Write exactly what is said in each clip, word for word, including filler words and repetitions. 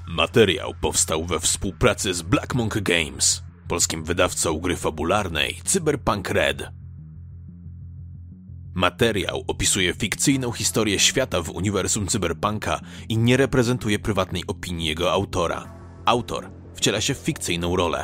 Materiał powstał we współpracy z Black Monk Games, polskim wydawcą gry fabularnej Cyberpunk Red. Materiał opisuje fikcyjną historię świata w uniwersum cyberpunka i nie reprezentuje prywatnej opinii jego autora. Autor wciela się w fikcyjną rolę.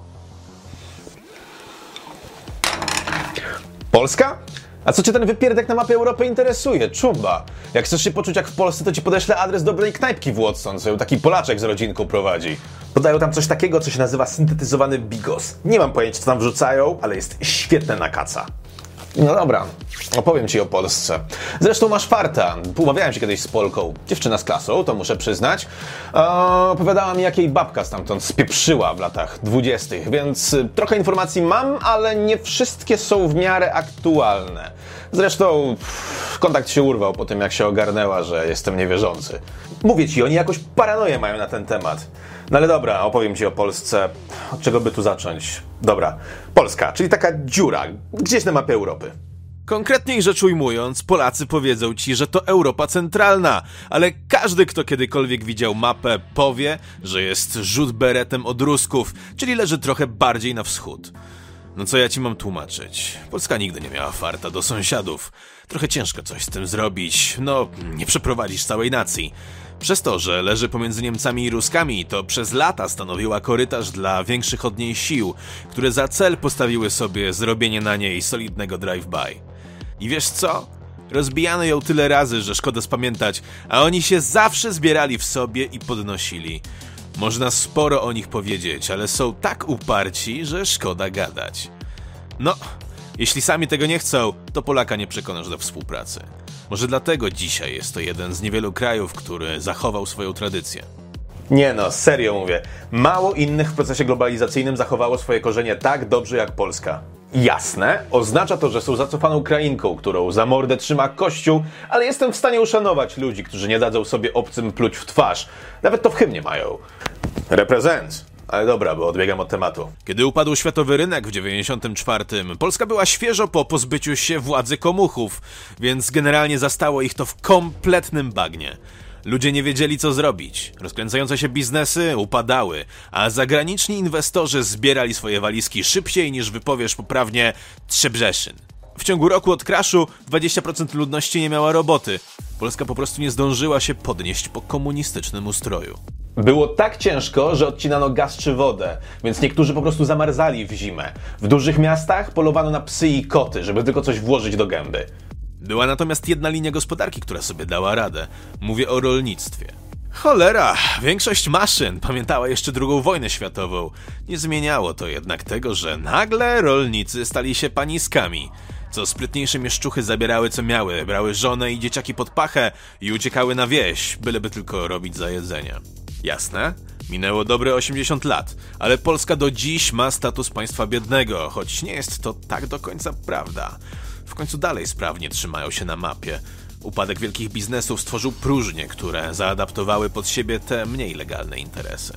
Polska? A co cię ten wypierdek na mapie Europy interesuje? Czumba. Jak chcesz się poczuć jak w Polsce, to ci podeślę adres dobrej knajpki w Watson, co ją taki Polaczek z rodzinką prowadzi. Podają tam coś takiego, co się nazywa syntetyzowany bigos. Nie mam pojęcia, co tam wrzucają, ale jest świetne na kaca. No dobra, opowiem ci o Polsce. Zresztą masz farta. Umawiałem się kiedyś z Polką. Dziewczyna z klasą, to muszę przyznać. Eee, opowiadała mi, jak jej babka stamtąd spieprzyła w latach dwudziestych, więc trochę informacji mam, ale nie wszystkie są w miarę aktualne. Zresztą pff, kontakt się urwał po tym, jak się ogarnęła, że jestem niewierzący. Mówię ci, oni jakoś paranoję mają na ten temat. No ale dobra, opowiem ci o Polsce. Od czego by tu zacząć? Dobra, Polska, czyli taka dziura, gdzieś na mapie Europy. Konkretniej rzecz ujmując, Polacy powiedzą ci, że to Europa centralna, ale każdy, kto kiedykolwiek widział mapę, powie, że jest rzut beretem od Rusków, czyli leży trochę bardziej na wschód. No co ja ci mam tłumaczyć? Polska nigdy nie miała farta do sąsiadów. Trochę ciężko coś z tym zrobić. No, nie przeprowadzisz całej nacji. Przez to, że leży pomiędzy Niemcami i Ruskami, to przez lata stanowiła korytarz dla większych od niej sił, które za cel postawiły sobie zrobienie na niej solidnego drive-by. I wiesz co? Rozbijano ją tyle razy, że szkoda spamiętać, a oni się zawsze zbierali w sobie i podnosili. Można sporo o nich powiedzieć, ale są tak uparci, że szkoda gadać. No, jeśli sami tego nie chcą, to Polaka nie przekonasz do współpracy. Może dlatego dzisiaj jest to jeden z niewielu krajów, który zachował swoją tradycję. Nie no, serio mówię. Mało innych w procesie globalizacyjnym zachowało swoje korzenie tak dobrze jak Polska. Jasne, oznacza to, że są zacofaną krainką, którą za mordę trzyma Kościół, ale jestem w stanie uszanować ludzi, którzy nie dadzą sobie obcym pluć w twarz. Nawet to w hymnie mają. Reprezent. Ale dobra, bo odbiegam od tematu. Kiedy upadł światowy rynek w dziewięćdziesiątym czwartym, Polska była świeżo po pozbyciu się władzy komuchów, więc generalnie zastało ich to w kompletnym bagnie. Ludzie nie wiedzieli, co zrobić. Rozkręcające się biznesy upadały, a zagraniczni inwestorzy zbierali swoje walizki szybciej niż wypowiesz poprawnie Trzebrzeszyn. W ciągu roku od crashu dwadzieścia procent ludności nie miała roboty. Polska po prostu nie zdążyła się podnieść po komunistycznym ustroju. Było tak ciężko, że odcinano gaz czy wodę, więc niektórzy po prostu zamarzali w zimę. W dużych miastach polowano na psy i koty, żeby tylko coś włożyć do gęby. Była natomiast jedna linia gospodarki, która sobie dała radę. Mówię o rolnictwie. Cholera, większość maszyn pamiętała jeszcze drugą wojnę światową. Nie zmieniało to jednak tego, że nagle rolnicy stali się paniskami. Co sprytniejsze mieszczuchy zabierały co miały, brały żonę i dzieciaki pod pachę i uciekały na wieś, byleby tylko robić za jedzenie. Jasne? Minęło dobre osiemdziesiąt lat, ale Polska do dziś ma status państwa biednego, choć nie jest to tak do końca prawda. W końcu dalej sprawnie trzymają się na mapie. Upadek wielkich biznesów stworzył próżnie, które zaadaptowały pod siebie te mniej legalne interesy.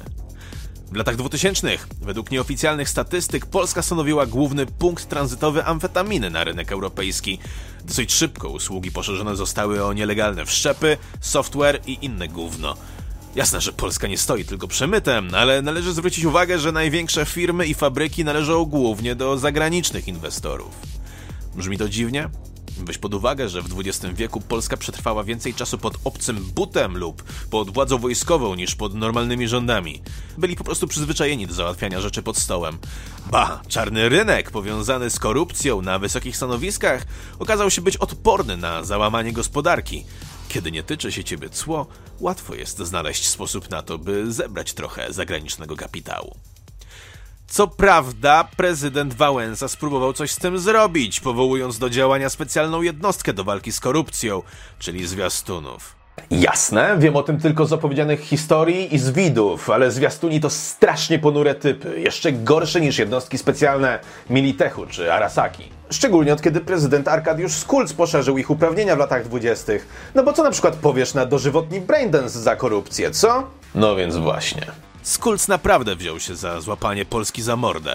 W latach dwutysięcznych, według nieoficjalnych statystyk, Polska stanowiła główny punkt tranzytowy amfetaminy na rynek europejski. Dosyć szybko usługi poszerzone zostały o nielegalne wszczepy, software i inne gówno. Jasne, że Polska nie stoi tylko przemytem, ale należy zwrócić uwagę, że największe firmy i fabryki należą głównie do zagranicznych inwestorów. Brzmi to dziwnie? Weź pod uwagę, że w dwudziestym wieku Polska przetrwała więcej czasu pod obcym butem lub pod władzą wojskową niż pod normalnymi rządami. Byli po prostu przyzwyczajeni do załatwiania rzeczy pod stołem. Ba, czarny rynek powiązany z korupcją na wysokich stanowiskach okazał się być odporny na załamanie gospodarki. Kiedy nie tyczy się ciebie cło, łatwo jest znaleźć sposób na to, by zebrać trochę zagranicznego kapitału. Co prawda, prezydent Wałęsa spróbował coś z tym zrobić, powołując do działania specjalną jednostkę do walki z korupcją, czyli zwiastunów. Jasne, wiem o tym tylko z opowiedzianych historii i z widów, ale zwiastuni to strasznie ponure typy, jeszcze gorsze niż jednostki specjalne Militechu czy Arasaki. Szczególnie od kiedy prezydent Arkadiusz Skulc poszerzył ich uprawnienia w latach dwudziestych. No bo co na przykład powiesz na dożywotni braindance za korupcję, co? No więc właśnie. Skulc naprawdę wziął się za złapanie Polski za mordę.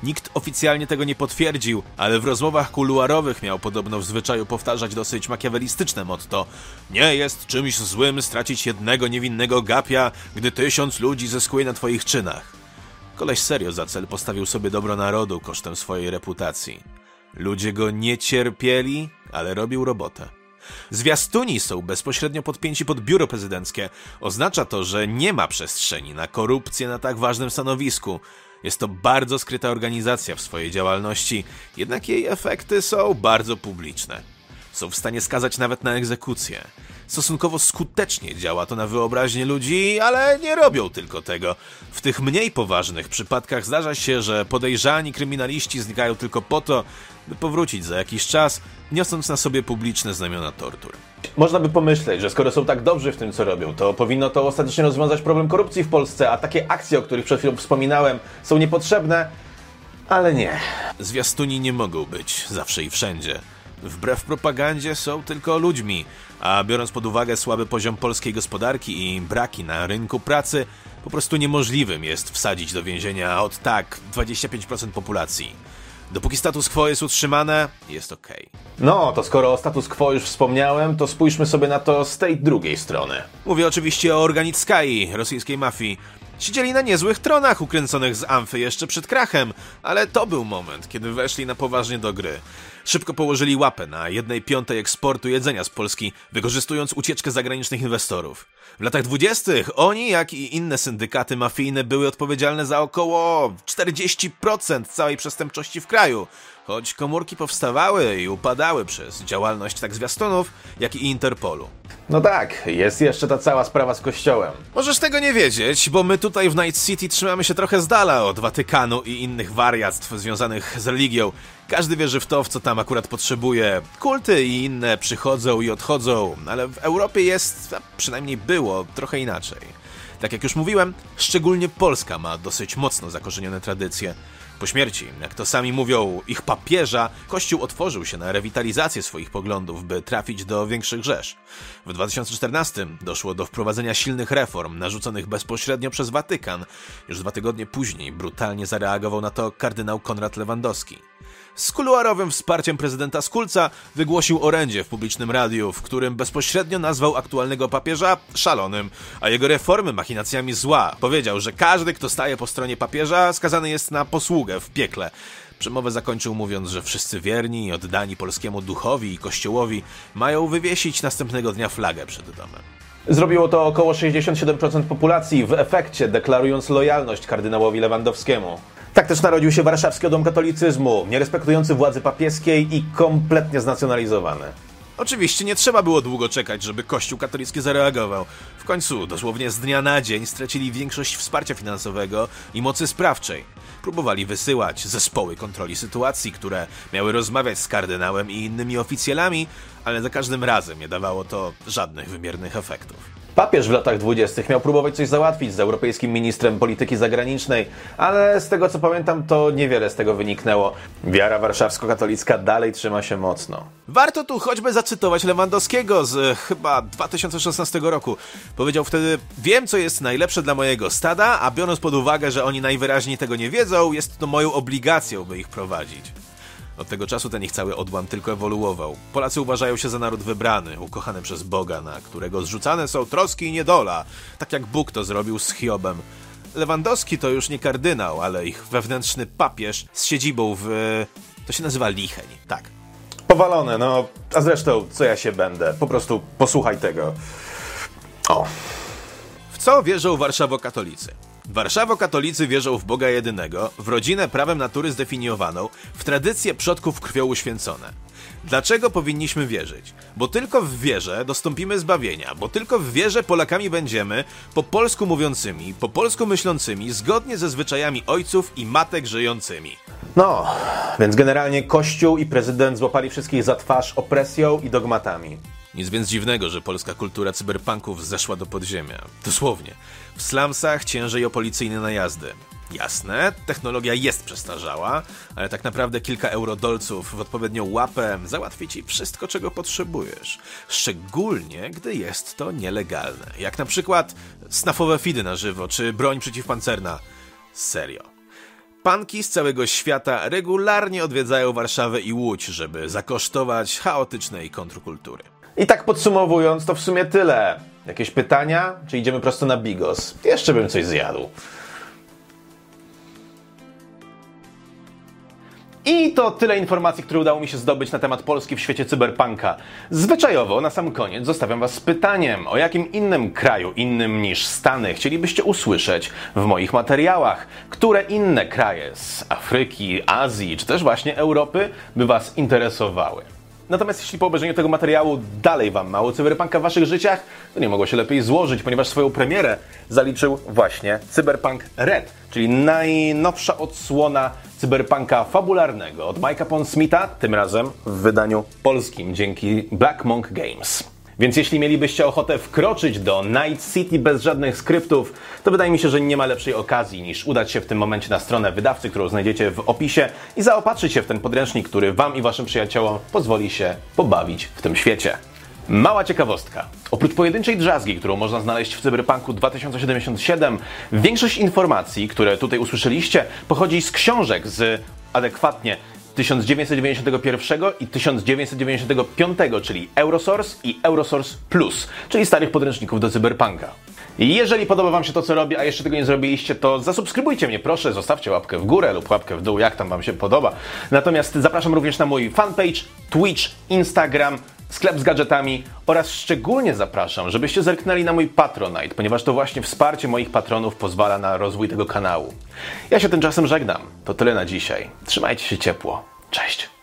Nikt oficjalnie tego nie potwierdził, ale w rozmowach kuluarowych miał podobno w zwyczaju powtarzać dosyć makiawelistyczne motto: nie jest czymś złym stracić jednego niewinnego gapia, gdy tysiąc ludzi zyskuje na twoich czynach. Koleś serio za cel postawił sobie dobro narodu kosztem swojej reputacji. Ludzie go nie cierpieli, ale robił robotę. Zwiastuni są bezpośrednio podpięci pod biuro prezydenckie. Oznacza to, że nie ma przestrzeni na korupcję na tak ważnym stanowisku. Jest to bardzo skryta organizacja w swojej działalności, jednak jej efekty są bardzo publiczne. Są w stanie skazać nawet na egzekucję. Stosunkowo skutecznie działa to na wyobraźnię ludzi, ale nie robią tylko tego. W tych mniej poważnych przypadkach zdarza się, że podejrzani kryminaliści znikają tylko po to, by powrócić za jakiś czas, niosąc na sobie publiczne znamiona tortur. Można by pomyśleć, że skoro są tak dobrzy w tym, co robią, to powinno to ostatecznie rozwiązać problem korupcji w Polsce, a takie akcje, o których przed chwilą wspominałem, są niepotrzebne, ale nie. Zwiastuni nie mogą być zawsze i wszędzie. Wbrew propagandzie są tylko ludźmi, a biorąc pod uwagę słaby poziom polskiej gospodarki i braki na rynku pracy, po prostu niemożliwym jest wsadzić do więzienia od tak dwadzieścia pięć procent populacji. Dopóki status quo jest utrzymane, jest okej. No, to skoro o status quo już wspomniałem, to spójrzmy sobie na to z tej drugiej strony. Mówię oczywiście o Organickai, rosyjskiej mafii. Siedzieli na niezłych tronach ukręconych z Amfy jeszcze przed krachem, ale to był moment, kiedy weszli na poważnie do gry. Szybko położyli łapę na jednej piątej eksportu jedzenia z Polski, wykorzystując ucieczkę zagranicznych inwestorów. W latach dwudziestych oni, jak i inne syndykaty mafijne, były odpowiedzialne za około czterdzieści procent całej przestępczości w kraju, choć komórki powstawały i upadały przez działalność tak zwiastunów, jak i Interpolu. No tak, jest jeszcze ta cała sprawa z kościołem. Możesz tego nie wiedzieć, bo my tutaj w Night City trzymamy się trochę z dala od Watykanu i innych wariactw związanych z religią. Każdy wierzy w to, w co tam akurat potrzebuje. Kulty i inne przychodzą i odchodzą, ale w Europie jest, a przynajmniej było, trochę inaczej. Tak jak już mówiłem, szczególnie Polska ma dosyć mocno zakorzenione tradycje. Po śmierci, jak to sami mówią, ich papieża, Kościół otworzył się na rewitalizację swoich poglądów, by trafić do większych rzesz. W dwa tysiące czternastym doszło do wprowadzenia silnych reform, narzuconych bezpośrednio przez Watykan. Już dwa tygodnie później brutalnie zareagował na to kardynał Konrad Lewandowski. Z kuluarowym wsparciem prezydenta Skulca wygłosił orędzie w publicznym radiu, w którym bezpośrednio nazwał aktualnego papieża szalonym, a jego reformy machinacjami zła. Powiedział, że każdy, kto staje po stronie papieża, skazany jest na posługę w piekle. Przemowę zakończył mówiąc, że wszyscy wierni i oddani polskiemu duchowi i kościołowi mają wywiesić następnego dnia flagę przed domem. Zrobiło to około sześćdziesiąt siedem procent populacji, w efekcie deklarując lojalność kardynałowi Lewandowskiemu. Tak też narodził się warszawski dom katolicyzmu, nierespektujący władzy papieskiej i kompletnie znacjonalizowany. Oczywiście nie trzeba było długo czekać, żeby Kościół katolicki zareagował. W końcu, dosłownie z dnia na dzień, stracili większość wsparcia finansowego i mocy sprawczej. Próbowali wysyłać zespoły kontroli sytuacji, które miały rozmawiać z kardynałem i innymi oficjalami, ale za każdym razem nie dawało to żadnych wymiernych efektów. Papież w latach dwudziestych miał próbować coś załatwić z europejskim ministrem polityki zagranicznej, ale z tego co pamiętam, to niewiele z tego wyniknęło. Wiara warszawsko-katolicka dalej trzyma się mocno. Warto tu choćby zacytować Lewandowskiego z chyba dwa tysiące szesnastego roku. Powiedział wtedy: wiem, co jest najlepsze dla mojego stada, a biorąc pod uwagę, że oni najwyraźniej tego nie wiedzą, jest to moją obligacją, by ich prowadzić. Od tego czasu ten ich cały odłam tylko ewoluował. Polacy uważają się za naród wybrany, ukochany przez Boga, na którego zrzucane są troski i niedola, tak jak Bóg to zrobił z Hiobem. Lewandowski to już nie kardynał, ale ich wewnętrzny papież z siedzibą w... to się nazywa Licheń, tak. Powalone, no, a zresztą, co ja się będę? Po prostu posłuchaj tego. O. W co wierzą warszawokatolicy? Warszawokatolicy wierzą w Boga jedynego, w rodzinę prawem natury zdefiniowaną, w tradycje przodków krwią uświęcone. Dlaczego powinniśmy wierzyć? Bo tylko w wierze dostąpimy zbawienia, bo tylko w wierze Polakami będziemy, po polsku mówiącymi, po polsku myślącymi, zgodnie ze zwyczajami ojców i matek żyjącymi. No, więc generalnie Kościół i prezydent złapali wszystkich za twarz opresją i dogmatami. Nic więc dziwnego, że polska kultura cyberpunków zeszła do podziemia. Dosłownie. W slumsach ciężej o policyjne najazdy. Jasne, technologia jest przestarzała, ale tak naprawdę kilka eurodolców w odpowiednią łapę załatwi ci wszystko, czego potrzebujesz. Szczególnie, gdy jest to nielegalne. Jak na przykład snafowe feedy na żywo, czy broń przeciwpancerna. Serio. Cyberpunki z całego świata regularnie odwiedzają Warszawę i Łódź, żeby zakosztować chaotycznej kontrkultury. I tak podsumowując, to w sumie tyle. Jakieś pytania? Czy idziemy prosto na bigos? Jeszcze bym coś zjadł. I to tyle informacji, które udało mi się zdobyć na temat Polski w świecie cyberpunka. Zwyczajowo, na sam koniec, zostawiam was z pytaniem, o jakim innym kraju, innym niż Stany, chcielibyście usłyszeć w moich materiałach? Które inne kraje z Afryki, Azji, czy też właśnie Europy by was interesowały? Natomiast jeśli po obejrzeniu tego materiału dalej wam mało cyberpunka w waszych życiach, to nie mogło się lepiej złożyć, ponieważ swoją premierę zaliczył właśnie Cyberpunk Red, czyli najnowsza odsłona cyberpunka fabularnego od Mike'a Pondsmitha, tym razem w wydaniu polskim dzięki Black Monk Games. Więc jeśli mielibyście ochotę wkroczyć do Night City bez żadnych skryptów, to wydaje mi się, że nie ma lepszej okazji niż udać się w tym momencie na stronę wydawcy, którą znajdziecie w opisie i zaopatrzyć się w ten podręcznik, który wam i waszym przyjaciołom pozwoli się pobawić w tym świecie. Mała ciekawostka. Oprócz pojedynczej drzazgi, którą można znaleźć w Cyberpunku dwa tysiące siedemdziesiąt siedem, większość informacji, które tutaj usłyszeliście, pochodzi z książek z adekwatnie tysiąc dziewięćset dziewięćdziesiątego pierwszego i tysiąc dziewięćset dziewięćdziesiątego piątego, czyli Eurosource i Eurosource Plus, czyli starych podręczników do cyberpunka. Jeżeli podoba wam się to, co robię, a jeszcze tego nie zrobiliście, to zasubskrybujcie mnie proszę, zostawcie łapkę w górę lub łapkę w dół, jak tam wam się podoba. Natomiast zapraszam również na mój fanpage, Twitch, Instagram, sklep z gadżetami oraz szczególnie zapraszam, żebyście zerknęli na mój Patronite, ponieważ to właśnie wsparcie moich patronów pozwala na rozwój tego kanału. Ja się tymczasem żegnam. To tyle na dzisiaj. Trzymajcie się ciepło. Cześć!